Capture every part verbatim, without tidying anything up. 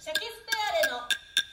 シャケスペアレの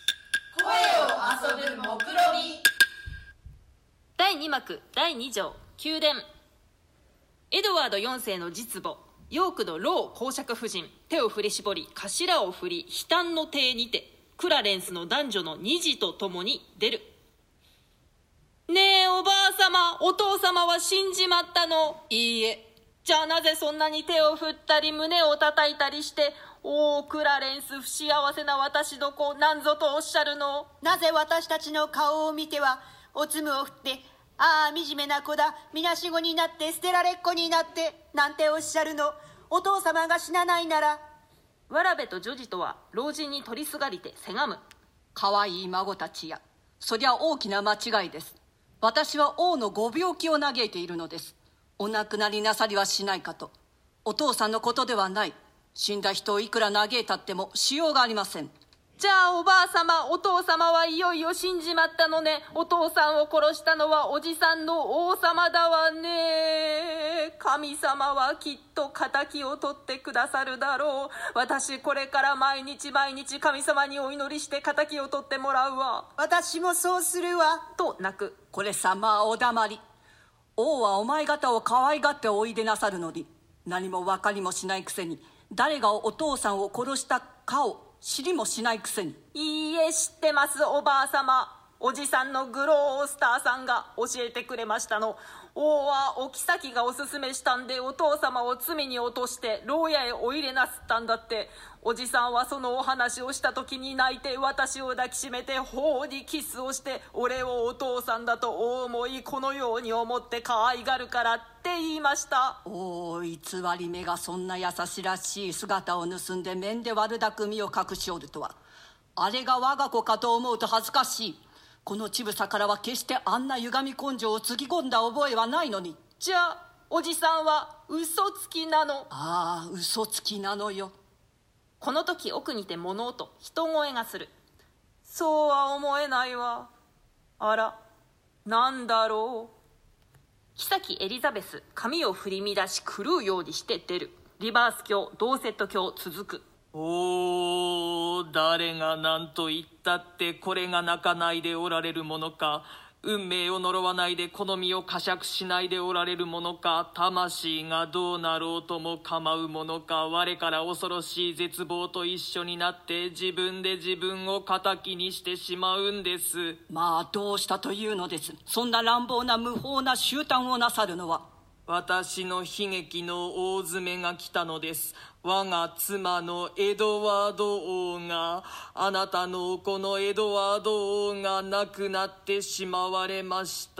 声を遊ぶ目論みだいに幕だいに条宮殿。エドワードよん世の実母ヨークの老公爵夫人、手を振り絞り頭を振り悲嘆の邸にてクラレンスの男女の二児と共に出る。ねえおばあ様、お父様は死んじまったの？ いいえ。 じゃあなぜそんなに手を振ったり胸を叩いたりして、おおクラレンス不幸せな私どこなんぞとおっしゃるの？ なぜ私たちの顔を見てはおつむを振って、ああ惨めな子だ、みなしごになって捨てられっ子になってなんておっしゃるの？お父様が死なないなら。 わらべと女児とは老人に取りすがりてせがむ。 かわいい孫たちや、そりゃ大きな間違いです。私は王のご病気を嘆いているのです。お亡くなりなさりはしないかと。お父さんのことではない。死んだ人をいくら嘆いたってもしようがありません。 じゃあおばあ様、お父様はいよいよ死んじまったのね。お父さんを殺したのはおじさんの王様だわね。神様はきっと仇を取ってくださるだろう。私これから毎日毎日神様にお祈りして仇を取ってもらうわ。 私もそうするわ。 と泣く。 これさまあお黙り。王はお前方を可愛がっておいでなさるのに、何も分かりもしないくせに誰がお父さんを殺したかを知りもしないくせに。 いいえ知ってますおばあ様。おじさんのグロースターさんが教えてくれましたの。王はお妃がおすすめしたんでお父様を罪に落として牢屋へお入れなすったんだって。おじさんはそのお話をした時に泣いて私を抱きしめて頬にキスをして、俺をお父さんだとお思いこのように思って可愛がるからって言いました。 おお、偽り目がそんな優しらしい姿を盗んで面で悪だく身を隠しおるとは。あれが我が子かと思うと恥ずかしい。この乳房からは決してあんな歪み根性をつぎ込んだ覚えはないのに。 じゃあおじさんは嘘つきなの？ ああ、嘘つきなのよ。 この時奥にて物音、人声がする。そうは思えないわ。あら、なんだろう。妃エリザベス、髪を振り乱し狂うようにして出る。リバース教、ドーセット教続く。 おー、誰が何と言ったってこれが泣かないでおられるものか、運命を呪わないで好みを呵責しないでおられるものか、魂がどうなろうとも構うものか、我から恐ろしい絶望と一緒になって自分で自分を仇にしてしまうんです。 まあどうしたというのです。そんな乱暴な無法な習慣をなさるのは。 私の悲劇の大詰めが来たのです。我が妻のエドワード王が、あなたのお子のエドワード王が亡くなってしまわれました。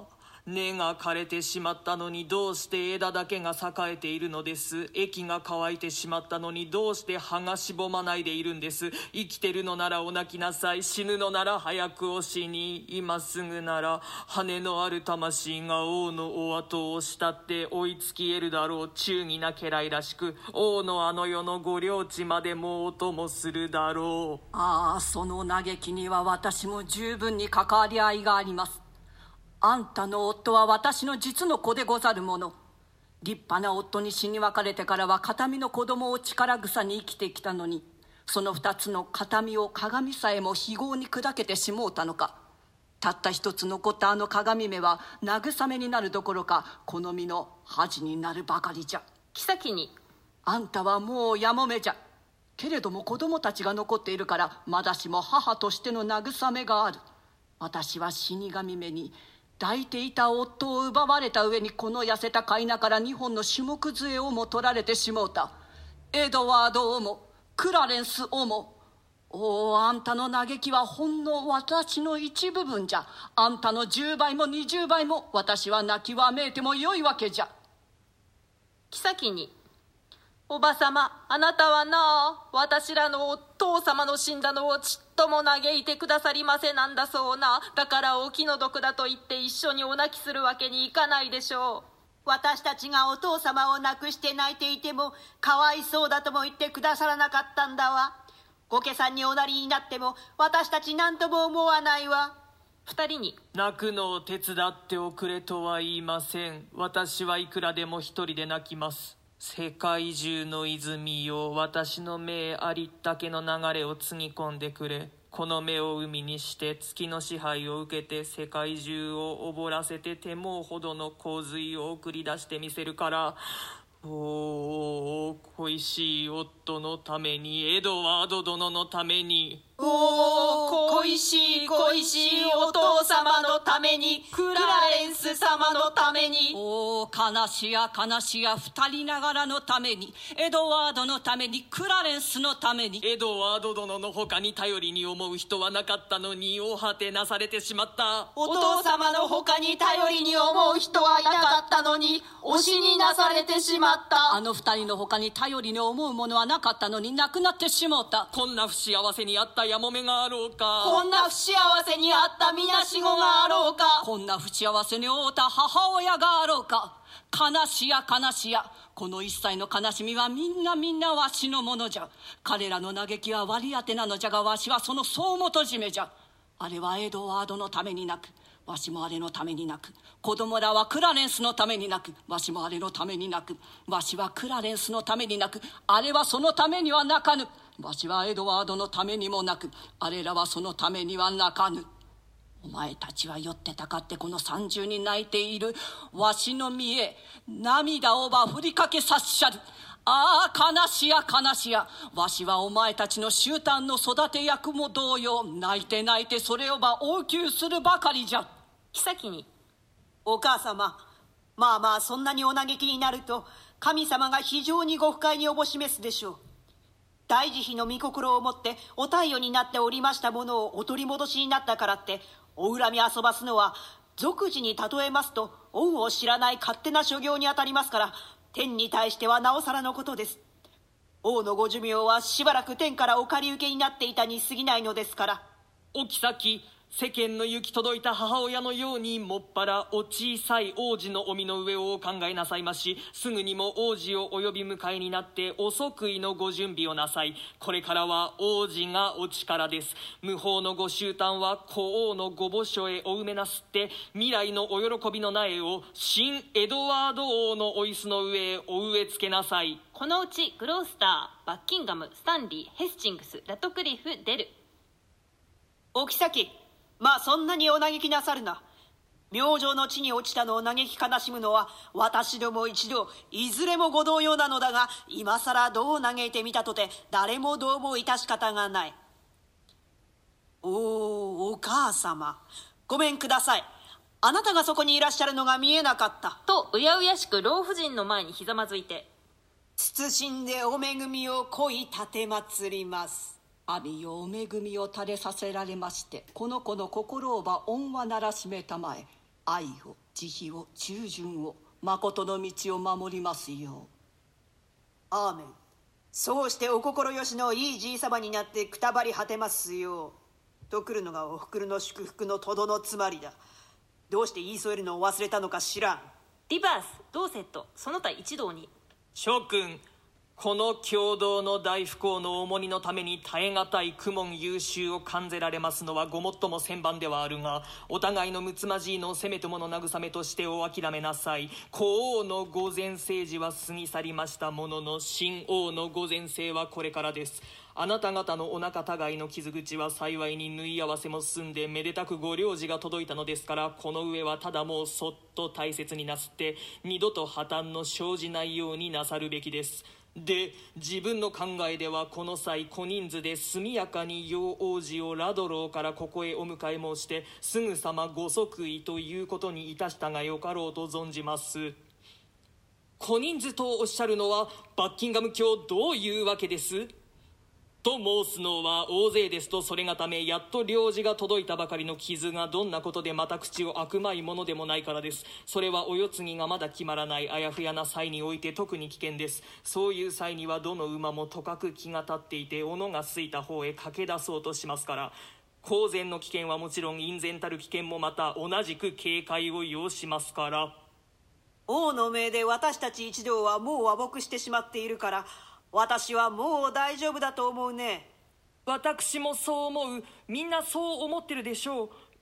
根が枯れてしまったのにどうして枝だけが栄えているのです。液が乾いてしまったのにどうして葉がしぼまないでいるんです。生きてるのならお泣きなさい、死ぬのなら早くお死に。今すぐなら羽のある魂が王のお後を慕って追いつき得るだろう。忠義な家来らしく王のあの世のご領地までもお供するだろう。 ああ、その嘆きには私も十分に関わり合いがあります。あんたの夫は私の実の子でござるもの。立派な夫に死に別れてからは形見の子供を力草に生きてきたのに、その二つの形見を鏡さえも非業に砕けてしもうたのか。たった一つ残ったあの鏡目は慰めになるどころか好みの恥になるばかりじゃ。 妃に、 あんたはもうやもめじゃ。けれども子供たちが残っているからまだしも母としての慰めがある。私は死神目に抱いていた夫を奪われた上にこの痩せた飼いなから二本の種目杖をも取られてしもうた。エドワードをもクラレンスをも。おお、あんたの嘆きはほんの私の一部分じゃ。あんたの十倍も二十倍も私は泣きわめいてもよいわけじゃ。 妃に、おばさま、あなたはなあ、私らのお父様の死んだのをちっとも嘆いてくださりませなんだそうな。だからお気の毒だと言って一緒にお泣きするわけにいかないでしょう。 私たちがお父様を亡くして泣いていてもかわいそうだとも言ってくださらなかったんだわ。ご家さんにおなりになっても私たち何とも思わないわ。 二人に、 泣くのを手伝っておくれとは言いません。私はいくらでも一人で泣きます。 世界中の泉よ、私の目ありったけの流れをつぎ込んでくれ。この目を海にして月の支配を受けて世界中を溺らせて手もほどの洪水を送り出してみせるから。おお、恋しい夫のために、エドワード殿のために。 おお、恋しい恋しいお父様のために、クラレンス様のために。 おお、悲しや悲しや二人ながらのために、エドワードのために、クラレンスのために。 エドワード殿の他に頼りに思う人はなかったのに、お果てなされてしまった。 お父様の他に頼りに思う人はいなかったのに、推しになされてしまった。 あの二人の他に頼りに思うものはなかったのに、亡くなってしもうた。 こんな不幸せにあったやもめがあろうか。 こんな不幸せにあったみなしごがあろうか。 こんな不幸せに遭うた母親があろうか。悲しや悲しや、この一切の悲しみはみんなみんなわしのものじゃ。彼らの嘆きは割り当てなのじゃが、わしはその総元締めじゃ。あれはエドワードのために泣く。わしもあれのために泣く。子供らはクラレンスのために泣く。わしもあれのために泣く。わしはクラレンスのために泣く。あれはそのためには泣かぬ。わしはエドワードのためにも泣く。あれらはそのためには泣かぬ。お前たちは酔ってたかってこの三重に泣いているわしの身へ涙をば振りかけさっしゃる。ああ、悲しや悲しや、わしはお前たちの終端の育て役も同様、泣いて泣いてそれをば応急するばかりじゃ。 妃に、 お母様、まあまあそんなにお嘆きになると神様が非常にご不快におぼしめすでしょう。大慈悲の御心をもってお貸与になっておりましたものをお取り戻しになったからってお恨み遊ばすのは、俗事に例えますと恩を知らない勝手な所業にあたりますから、天に対してはなおさらのことです。王のご寿命はしばらく天からお借り受けになっていたに過ぎないのですから。 お妃、世間の行き届いた母親のように、もっぱらお小さい王子のお身の上をお考えなさいまし、すぐにも王子をお呼び迎えになってお即位のご準備をなさい。これからは王子がお力です。無法のご終端は古王のご墓所へお埋めなすって、未来のお喜びの苗を新エドワード王のお椅子の上へお植え付けなさい。 このうちグロースター、バッキンガム、スタンリー、ヘスチングス、ラトクリフ、デル。 お妃、まあそんなにお嘆きなさるな。明星の地に落ちたのを嘆き悲しむのは私ども一同いずれもご同様なのだが、今さらどう嘆いてみたとて誰もどうも致し方がない。おお、お母様、ごめんください。あなたがそこにいらっしゃるのが見えなかった。 とうやうやしく老婦人の前にひざまずいて、 謹んでお恵みを恋立てまつります。 阿弥よ、お恵みを垂れさせられまして、この子の心をば恩はならしめたまえ、愛を慈悲を忠順を誠の道を守りますよう。 アーメン。そうしてお心よしのいいじいさまになってくたばり果てますよう。とくるのがおふくるの祝福のとどのつまりだ。どうして言い添えるのを忘れたのか知らん。 リバース、ドーセット、その他一同に。 諸君、この共同の大不幸の重荷のために耐え難い苦悶優秀を感じられますのはごもっとも千番ではあるが、お互いのむつまじいのをせめてもの慰めとしてお諦めなさい。古王の御前政治は過ぎ去りましたものの、新王の御前政はこれからです。あなた方のお仲互いの傷口は幸いに縫い合わせも済んで、めでたくご領事が届いたのですから、この上はただもうそっと大切になすって二度と破綻の生じないようになさるべきです。で、自分の考えではこの際小人数で速やかに楊王子をラドローからここへお迎え申して、すぐさまご即位ということにいたしたがよかろうと存じます。小人数とおっしゃるのはバッキンガム卿どういうわけです？と申すのは大勢ですと、それがためやっと領事が届いたばかりの傷がどんなことでまた口を開くまいものでもないからです。それはお世継ぎがまだ決まらないあやふやな際において特に危険です。そういう際にはどの馬もとかく気が立っていて、斧がついた方へ駆け出そうとしますから、公然の危険はもちろん隠然たる危険もまた同じく警戒を要しますから。 王の命で私たち一同はもう和睦してしまっているから、私はもう大丈夫だと思うね。 私もそう思う。みんなそう思ってるでしょう。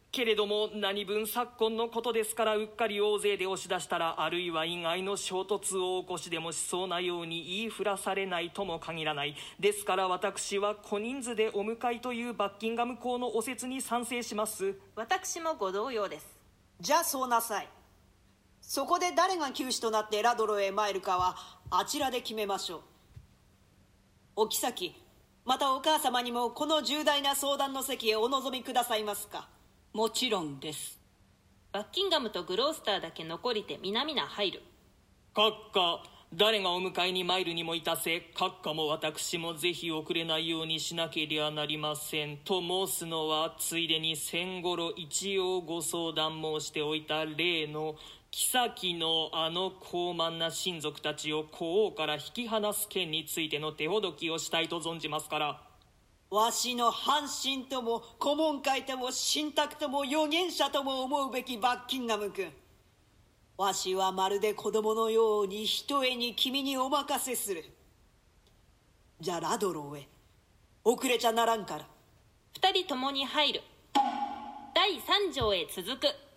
けれども何分昨今のことですから、うっかり大勢で押し出したら、あるいは意外の衝突を起こしでもしそうなように言いふらされないとも限らない。ですから私は小人数でお迎えというバッキンガム公のお説に賛成します。 私もご同様です。 じゃあそうなさい。そこで誰が弓手となってラドロへ参るかはあちらで決めましょう。お妃、またお母様にもこの重大な相談の席へお望みくださいますか？ もちろんです。 バッキンガムとグロースターだけ残りて皆々入る。 閣下、誰がお迎えに参るにもいたせ、閣下も私もぜひ遅れないようにしなけりゃなりません。と申すのは、ついでに先頃一応ご相談申しておいた例の妃のあの高慢な親族たちを皇王から引き離す件についての手ほどきをしたいと存じますから。 わしの半身とも顧問会とも信託とも預言者とも思うべきバッキンガム君、わしはまるで子供のようにひとえに君にお任せする。じゃあラドローへ遅れちゃならんから。 二人ともに入る。だいさん条へ続く。